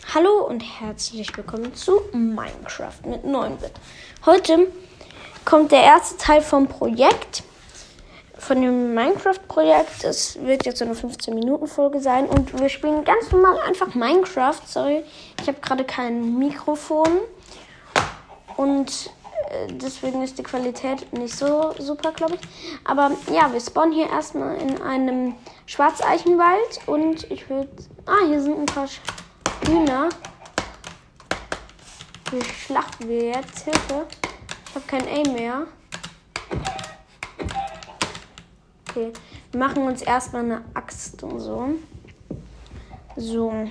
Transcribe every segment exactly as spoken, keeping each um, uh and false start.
Hallo und herzlich willkommen zu Minecraft mit neun Bit. Heute kommt der erste Teil vom Projekt, von dem Minecraft-Projekt. Es wird jetzt so eine fünfzehn Minuten Folge sein und wir spielen ganz normal einfach Minecraft. Sorry, ich habe gerade kein Mikrofon und deswegen ist die Qualität nicht so super, glaube ich. Aber ja, wir spawnen hier erstmal in einem Schwarzeichenwald und ich würde... Ah, hier sind ein paar Hühner. Wie schlachten wir jetzt? Hilfe. Ich habe kein Aim mehr. Okay, wir machen uns erstmal eine Axt und so. So.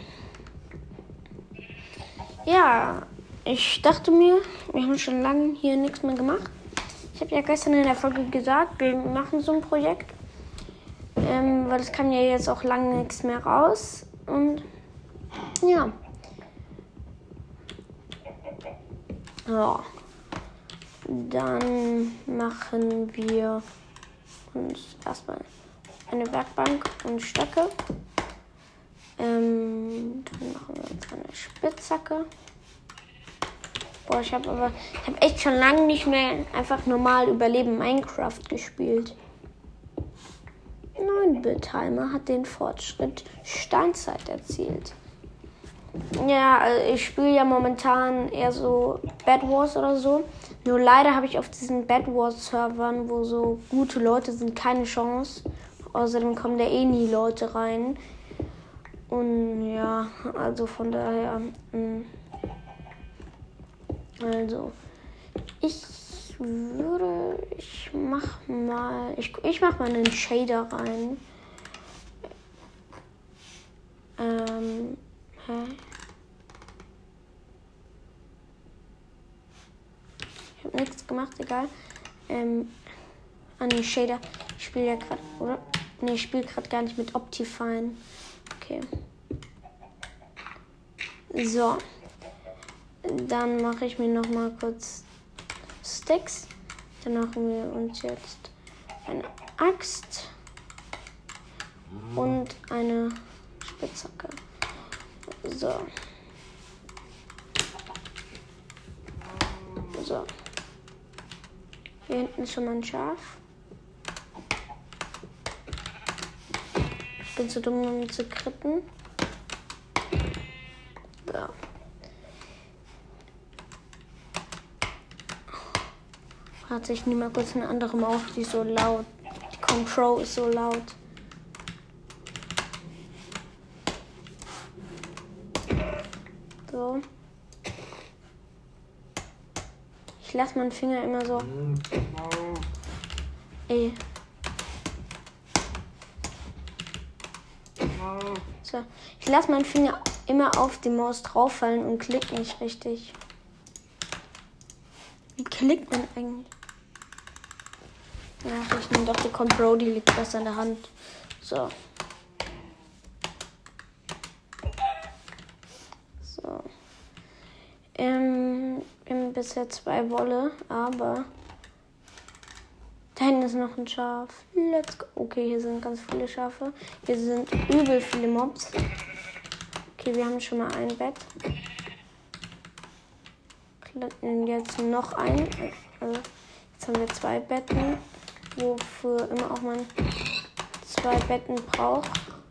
Ja, ich dachte mir, wir haben schon lange hier nichts mehr gemacht. Ich habe ja gestern in der Folge gesagt, wir machen so ein Projekt. Ähm, weil es kam ja jetzt auch lange nichts mehr raus. Und ja. Ja. Dann machen wir uns erstmal eine Werkbank und Stöcke. Ähm, dann machen wir uns eine Spitzhacke. Boah, ich habe aber ich habe echt schon lange nicht mehr einfach normal Überleben Minecraft gespielt. neun Bit Timer hat den Fortschritt Steinzeit erzielt. Ja, also ich spiele ja momentan eher so Bed Wars oder so. Nur leider habe ich auf diesen Bed Wars Servern, wo so gute Leute sind, keine Chance. Außerdem kommen da eh nie Leute rein. Und ja, also von daher... Mh. Also, ich würde... Ich mach mal... Ich, ich mach mal einen Shader rein. Ähm... Hä? Ich habe nichts gemacht, egal. Ähm, an den Shader. Ich spiele ja gerade, oder? Ne, ich spiele gerade gar nicht mit Optifine. Okay. So. Dann mache ich mir noch mal kurz Sticks. Dann machen wir uns jetzt eine Axt und eine Spitzhacke. So. So. Hier hinten ist schon mal ein Schaf. Ich bin zu dumm, um ihn zu kritten. So. Warte, ich nehme mal kurz eine andere Maus, die ist so laut. Die Control ist so laut. So. Ich lasse meinen Finger immer so. Ey. So. Ich lasse meinen Finger immer auf die Maus drauffallen und klick nicht richtig. Wie klickt man eigentlich? Ja, ich nehme doch die Control, die liegt besser in der Hand. So. So. Ähm, wir haben bisher zwei Wolle, aber da hinten ist noch ein Schaf. Let's go. Okay, hier sind ganz viele Schafe. Hier sind übel viele Mobs. Okay, wir haben schon mal ein Bett. Klappen jetzt noch ein. Also jetzt haben wir zwei Betten, wofür immer auch man zwei Betten braucht.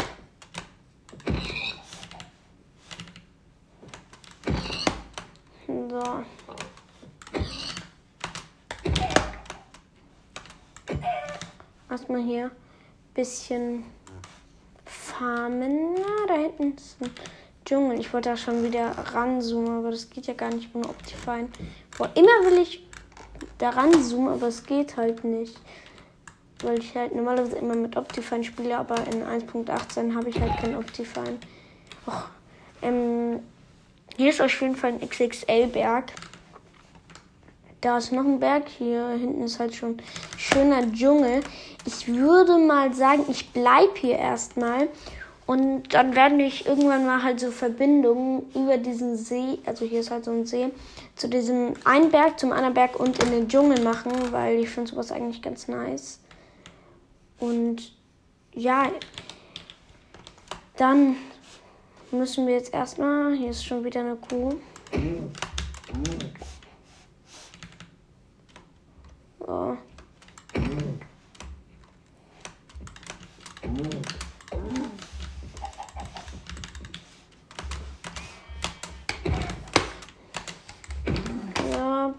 So. Erstmal hier ein bisschen farmen. Na, da hinten ist ein Dschungel. Ich wollte da schon wieder ranzoomen, aber das geht ja gar nicht ohne Optifine. Boah, immer will ich da ranzoomen, aber es geht halt nicht. Weil ich halt normalerweise immer mit Optifine spiele, aber in eins Punkt achtzehn habe ich halt kein Optifine. Och, ähm, hier ist auf jeden Fall ein X X L-Berg. Da ist noch ein Berg. Hier hinten ist halt schon schöner Dschungel. Ich würde mal sagen, ich bleibe hier erstmal. Und dann werde ich irgendwann mal halt so Verbindungen über diesen See, also hier ist halt so ein See, zu diesem einen Berg, zum anderen Berg und in den Dschungel machen, weil ich finde sowas eigentlich ganz nice. Und ja, dann müssen wir jetzt erstmal... Hier ist schon wieder eine Kuh. So. Ja.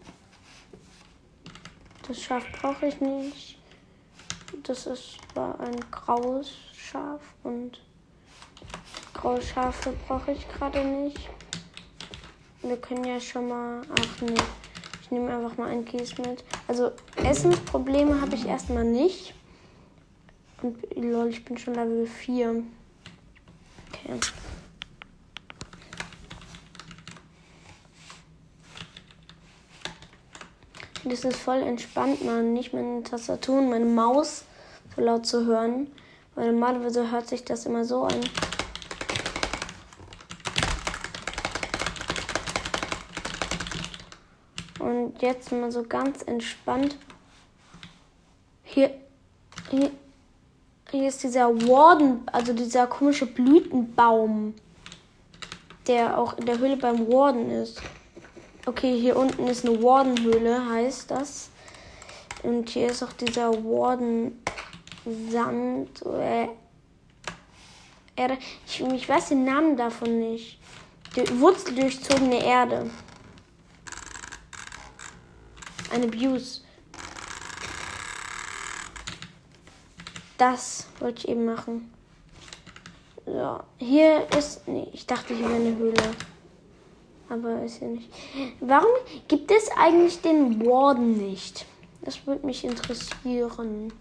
Das Schaf brauche ich nicht. Das ist war ein graues Schaf und graue Schafe brauche ich gerade nicht. Wir können ja schon mal... Ach nee, ich nehme einfach mal einen Käse mit. Also Essensprobleme habe ich erstmal nicht. Und lol, ich bin schon Level vier. Okay. Das ist voll entspannt, man nicht meine Tastatur und meine Maus so laut zu hören. Weil normalerweise hört sich das immer so an. Und jetzt mal so ganz entspannt. Hier, hier, hier ist dieser Warden, also dieser komische Blütenbaum, der auch in der Höhle beim Warden ist. Okay, hier unten ist eine Warden-Höhle, heißt das. Und hier ist auch dieser Warden-Sand. Äh, Erde. Ich, ich weiß den Namen davon nicht. Die wurzeldurchzogene Erde. Eine Abuse. Das wollte ich eben machen. So, hier ist... Nee, ich dachte, hier wäre eine Höhle. Aber ist hier nicht. Warum gibt es eigentlich den Warden nicht? Das würde mich interessieren.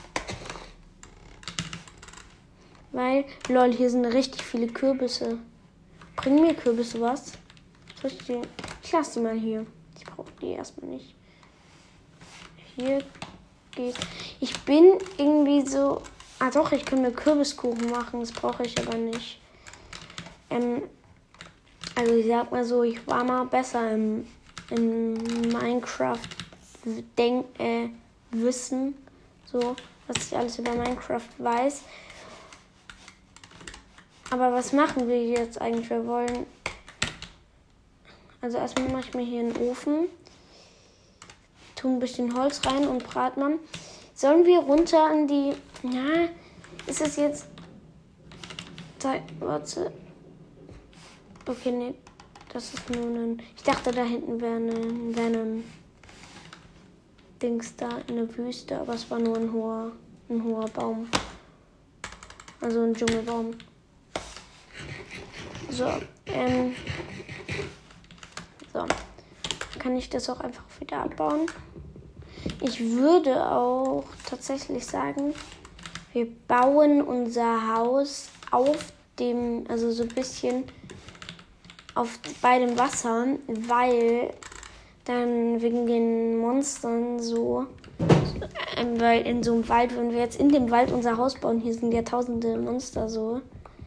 Weil, lol, hier sind richtig viele Kürbisse. Bringen mir Kürbisse was? Soll ich die? Ich lasse die mal hier. Ich brauche die erstmal nicht. Hier geht. Ich bin irgendwie so. Ah doch, ich kann mir Kürbiskuchen machen. Das brauche ich aber nicht. Ähm, also ich sag mal so, ich war mal besser im, im Minecraft denk, äh, Wissen. So, was ich alles über Minecraft weiß. Aber was machen wir jetzt eigentlich? Wir wollen. Also erstmal mache ich mir hier einen Ofen. Tun ein bisschen Holz rein und braten dann. Sollen wir runter an die... Ja, ist es jetzt... Da, warte. Okay, nee. Das ist nur ein... Ich dachte, da hinten wäre ein, wär ein Dings da, eine Wüste. Aber es war nur ein hoher, ein hoher Baum. Also ein Dschungelbaum. So, ähm... So. Kann ich das auch einfach wieder abbauen? Ich würde auch tatsächlich sagen, wir bauen unser Haus auf dem, also so ein bisschen auf bei dem Wasser, weil dann wegen den Monstern so, äh, weil in so einem Wald, wenn wir jetzt in dem Wald unser Haus bauen, hier sind ja tausende Monster so.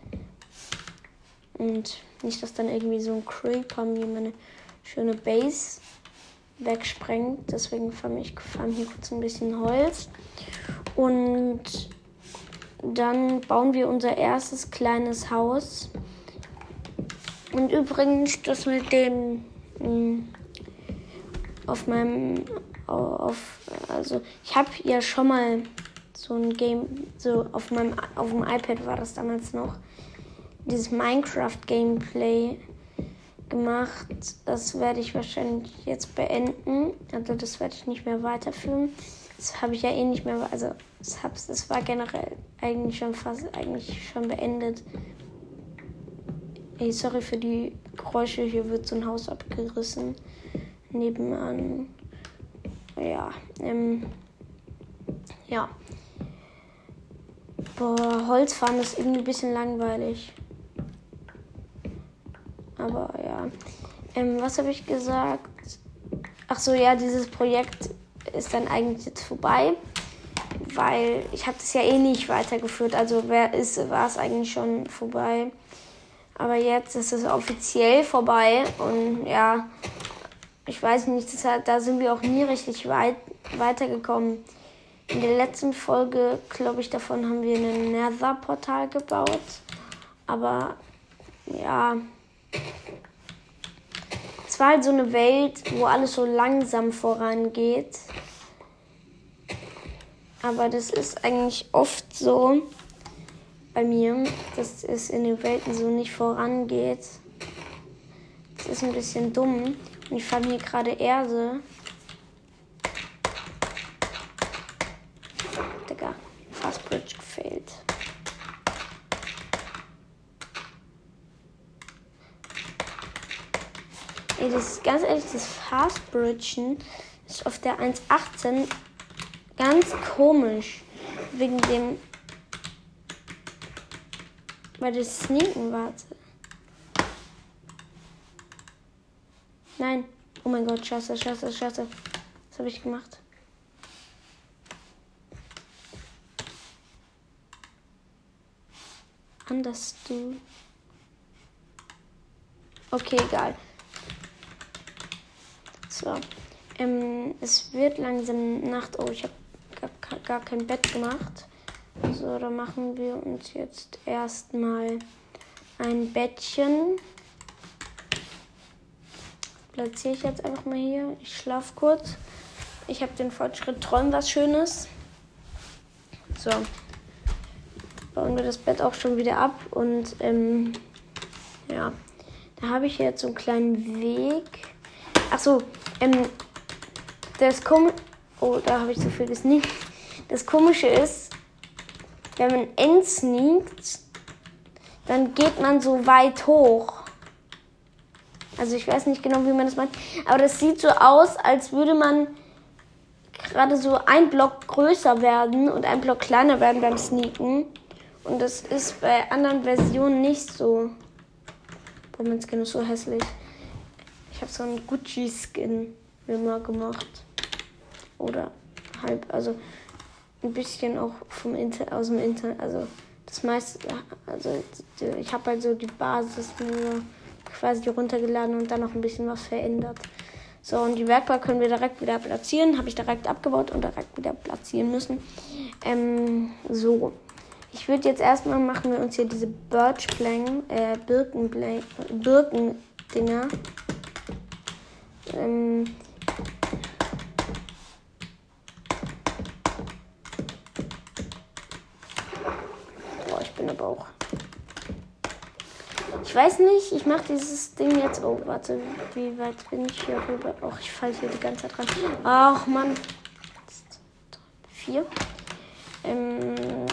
Und nicht, dass dann irgendwie so ein Creeper mir meine schöne Base wegsprengt. Deswegen farm ich farm hier kurz ein bisschen Holz. Und dann bauen wir unser erstes kleines Haus. Und übrigens, das mit dem mh, auf meinem auf also ich habe ja schon mal so ein Game, so auf meinem auf dem iPad war das damals noch, dieses Minecraft-Gameplay gemacht. Das werde ich wahrscheinlich jetzt beenden. Also das werde ich nicht mehr weiterführen. Das habe ich ja eh nicht mehr, also das, hab's, das war generell eigentlich schon fast eigentlich schon beendet. Ey, sorry für die Geräusche, hier wird so ein Haus abgerissen. Nebenan. Ja, ähm, ja. Boah, Holzfahren ist irgendwie ein bisschen langweilig. Aber ja. Ähm, was habe ich gesagt? Ach so, ja, dieses Projekt ist dann eigentlich jetzt vorbei. Weil ich habe das ja eh nicht weitergeführt. Also wer ist, war es eigentlich schon vorbei. Aber jetzt ist es offiziell vorbei. Und ja, ich weiß nicht, das hat, da sind wir auch nie richtig weit, weitergekommen. In der letzten Folge, glaube ich, davon haben wir ein Nether-Portal gebaut. Aber ja. Es war halt so eine Welt, wo alles so langsam vorangeht. Aber das ist eigentlich oft so bei mir, dass es in den Welten so nicht vorangeht. Das ist ein bisschen dumm. Und ich fand hier gerade Erde. Digga, Fast Bridge gefehlt. Ey, das ist ganz ehrlich, das Fast Bridgen ist auf der eins Punkt achtzehn ganz komisch. Wegen dem. Weil das Sneaken, warte. Nein. Oh mein Gott, scheiße, scheiße, scheiße. Was habe ich gemacht? Anders du. Okay, egal. So. Ähm, es wird langsam Nacht. Oh, ich habe gar, gar kein Bett gemacht. So, dann machen wir uns jetzt erstmal ein Bettchen. Platziere ich jetzt einfach mal hier. Ich schlafe kurz. Ich habe den Fortschritt, träumen was Schönes. So. Bauen wir das Bett auch schon wieder ab. Und ähm, ja, da habe ich jetzt so einen kleinen Weg. Ach so, ähm, das Kom Oh, da habe ich so viel gesneakt. Das Komische ist, wenn man entsneakt, dann geht man so weit hoch. Also ich weiß nicht genau, wie man das macht. Aber das sieht so aus, als würde man gerade so ein Block größer werden und ein Block kleiner werden beim Sneaken. Und das ist bei anderen Versionen nicht so. Boah, mein Skin ist so hässlich. Ich habe so einen Gucci-Skin mir mal gemacht. Oder halb, also ein bisschen auch vom Inter, aus dem Internet. Also das meiste, also ich habe halt so die Basis mir quasi runtergeladen und dann noch ein bisschen was verändert. So, und die Werkbank können wir direkt wieder platzieren. Habe ich direkt abgebaut und direkt wieder platzieren müssen. Ähm, so. Ich würde jetzt erstmal machen wir uns hier diese Birchplank, äh, Birkenblank, Birkendinger. Ähm, boah, ich bin aber auch. Ich weiß nicht, ich mache dieses Ding jetzt. Oh, warte, wie weit bin ich hier rüber? Och, ich falle hier die ganze Zeit dran. Ach, Mann. Vier. Ähm.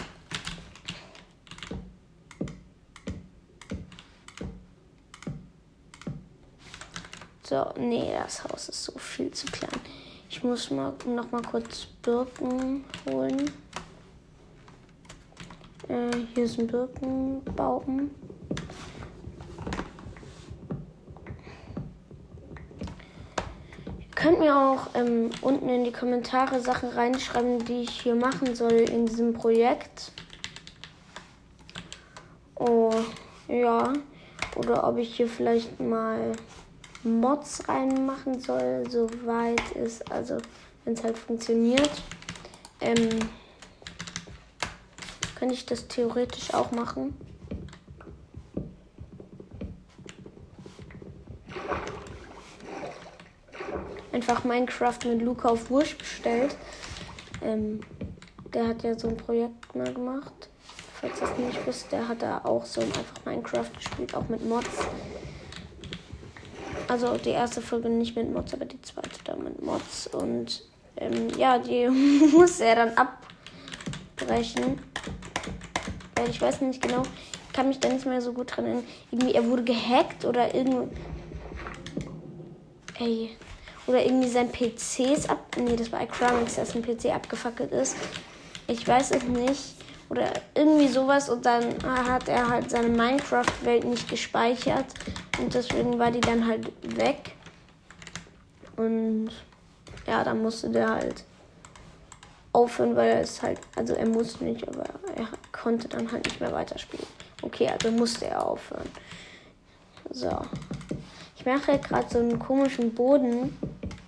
So, nee, das Haus ist so viel zu klein. Ich muss mal noch mal kurz Birken holen. Äh, hier ist ein Birkenbaum. Ihr könnt mir auch ähm, unten in die Kommentare Sachen reinschreiben, die ich hier machen soll in diesem Projekt. Oh, ja. Oder ob ich hier vielleicht mal Mods reinmachen soll, soweit es, also wenn es halt funktioniert. Ähm, kann ich das theoretisch auch machen. Einfach Minecraft mit Luca auf Wurst bestellt. Ähm, der hat ja so ein Projekt mal gemacht. Falls ihr es nicht wisst, der hat da auch so einfach Minecraft gespielt, auch mit Mods. Also die erste Folge nicht mit Mods, aber die zweite dann mit Mods. Und ähm, ja, die muss er dann abbrechen. Weil ich weiß nicht genau, ich kann mich da nicht mehr so gut dran erinnern. Irgendwie, er wurde gehackt oder irgendwie. Ey. Oder irgendwie sein P C ist ab. Nee, das war iCromix, dass ein P C abgefackelt ist. Ich weiß es nicht. Oder irgendwie sowas. Und dann hat er halt seine Minecraft-Welt nicht gespeichert. Und deswegen war die dann halt weg. Und ja, dann musste der halt aufhören, weil er es halt, also er musste nicht, aber er konnte dann halt nicht mehr weiterspielen. Okay, also musste er aufhören. So. Ich mache halt gerade so einen komischen Boden.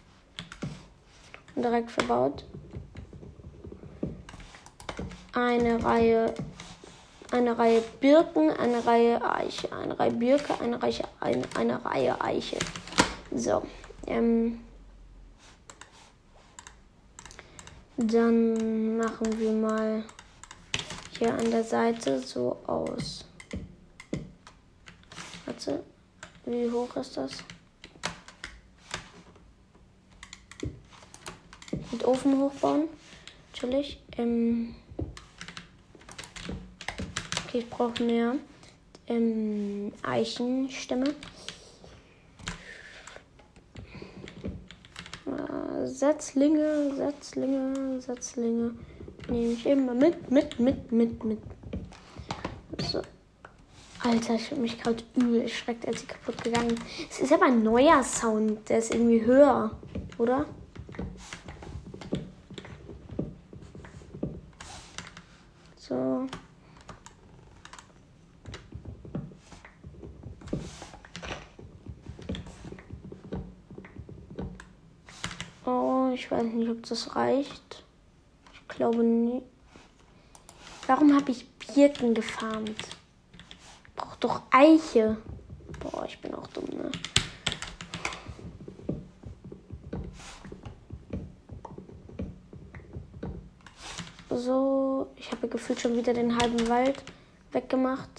Und direkt verbaut. Eine Reihe eine Reihe Birken, eine Reihe Eiche, eine Reihe Birke, eine Reihe, eine, eine Reihe Eiche. So, ähm, dann machen wir mal hier an der Seite so aus. Warte, wie hoch ist das? Mit Ofen hochbauen, natürlich. Ähm, okay, ich brauche mehr ähm, Eichenstämme. Äh, Setzlinge, Setzlinge, Setzlinge. Nehme ich immer mit, mit, mit, mit, mit. So. Alter, ich habe mich gerade übel erschreckt, als sie kaputt gegangen ist. Es ist aber ein neuer Sound, der ist irgendwie höher, oder? So. Oh, ich weiß nicht, ob das reicht. Ich glaube nicht. Warum habe ich Birken gefarmt? Ich brauche doch Eiche. Boah, ich bin auch dumm, ne? So, ich habe gefühlt schon wieder den halben Wald weggemacht.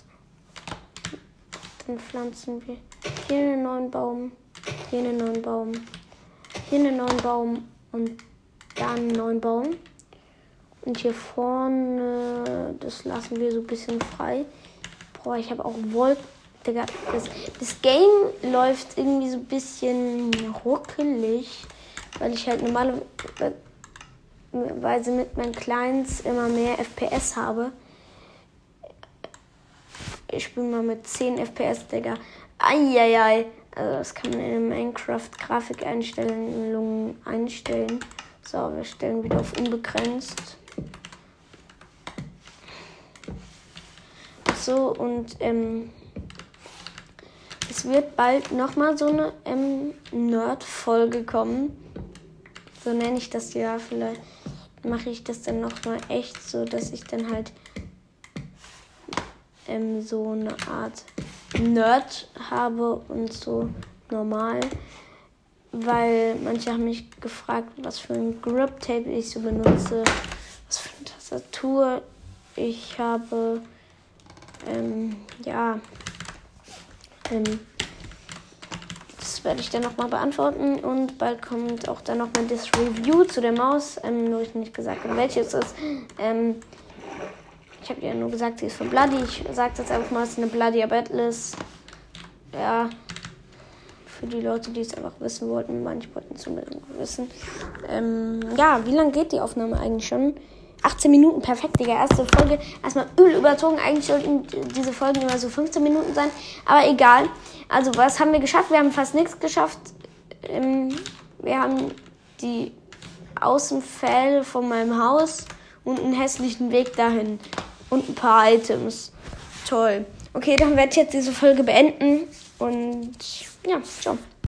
Dann pflanzen wir hier einen neuen Baum, hier einen neuen Baum, hier einen neuen Baum und da einen neuen Baum. Und hier vorne, das lassen wir so ein bisschen frei. Boah, ich habe auch Wolken. Digga, das, das Game läuft irgendwie so ein bisschen ruckelig, weil ich halt normalerweise mit meinen Clients immer mehr F P S habe. Ich spiele mal mit zehn F P S, Digga. Eieiei. Also das kann man in Minecraft-Grafikeinstellungen einstellen. So, wir stellen wieder auf unbegrenzt. So, und ähm, es wird bald nochmal so eine ähm, Nerd-Folge kommen. So nenne ich das ja. Vielleicht mache ich das dann nochmal echt so, dass ich dann halt ähm, so eine Art Nerd habe und so normal. Weil manche haben mich gefragt, was für ein Grip-Tape ich so benutze, was für eine Tastatur ich habe. Ähm, ja, ähm, das werde ich dann nochmal beantworten und bald kommt auch dann nochmal das Review zu der Maus, ähm, nur ich nicht gesagt habe, welches ist. Ähm, ich habe ja nur gesagt, sie ist von Bloody. Ich sage jetzt einfach mal, es ist eine Bloody Abetless. Ja, für die Leute, die es einfach wissen wollten, manche wollten es unbedingt wissen. Ähm, ja, wie lange geht die Aufnahme eigentlich schon? achtzehn Minuten, perfekt, Digga. Erste Folge, erstmal übel überzogen. Eigentlich sollten diese Folgen immer so fünfzehn Minuten sein, aber egal. Also, was haben wir geschafft? Wir haben fast nichts geschafft. Ähm, wir haben die Außenpfähle von meinem Haus und einen hässlichen Weg dahin. Und ein paar Items. Toll. Okay, dann werde ich jetzt diese Folge beenden. Und ja, ciao.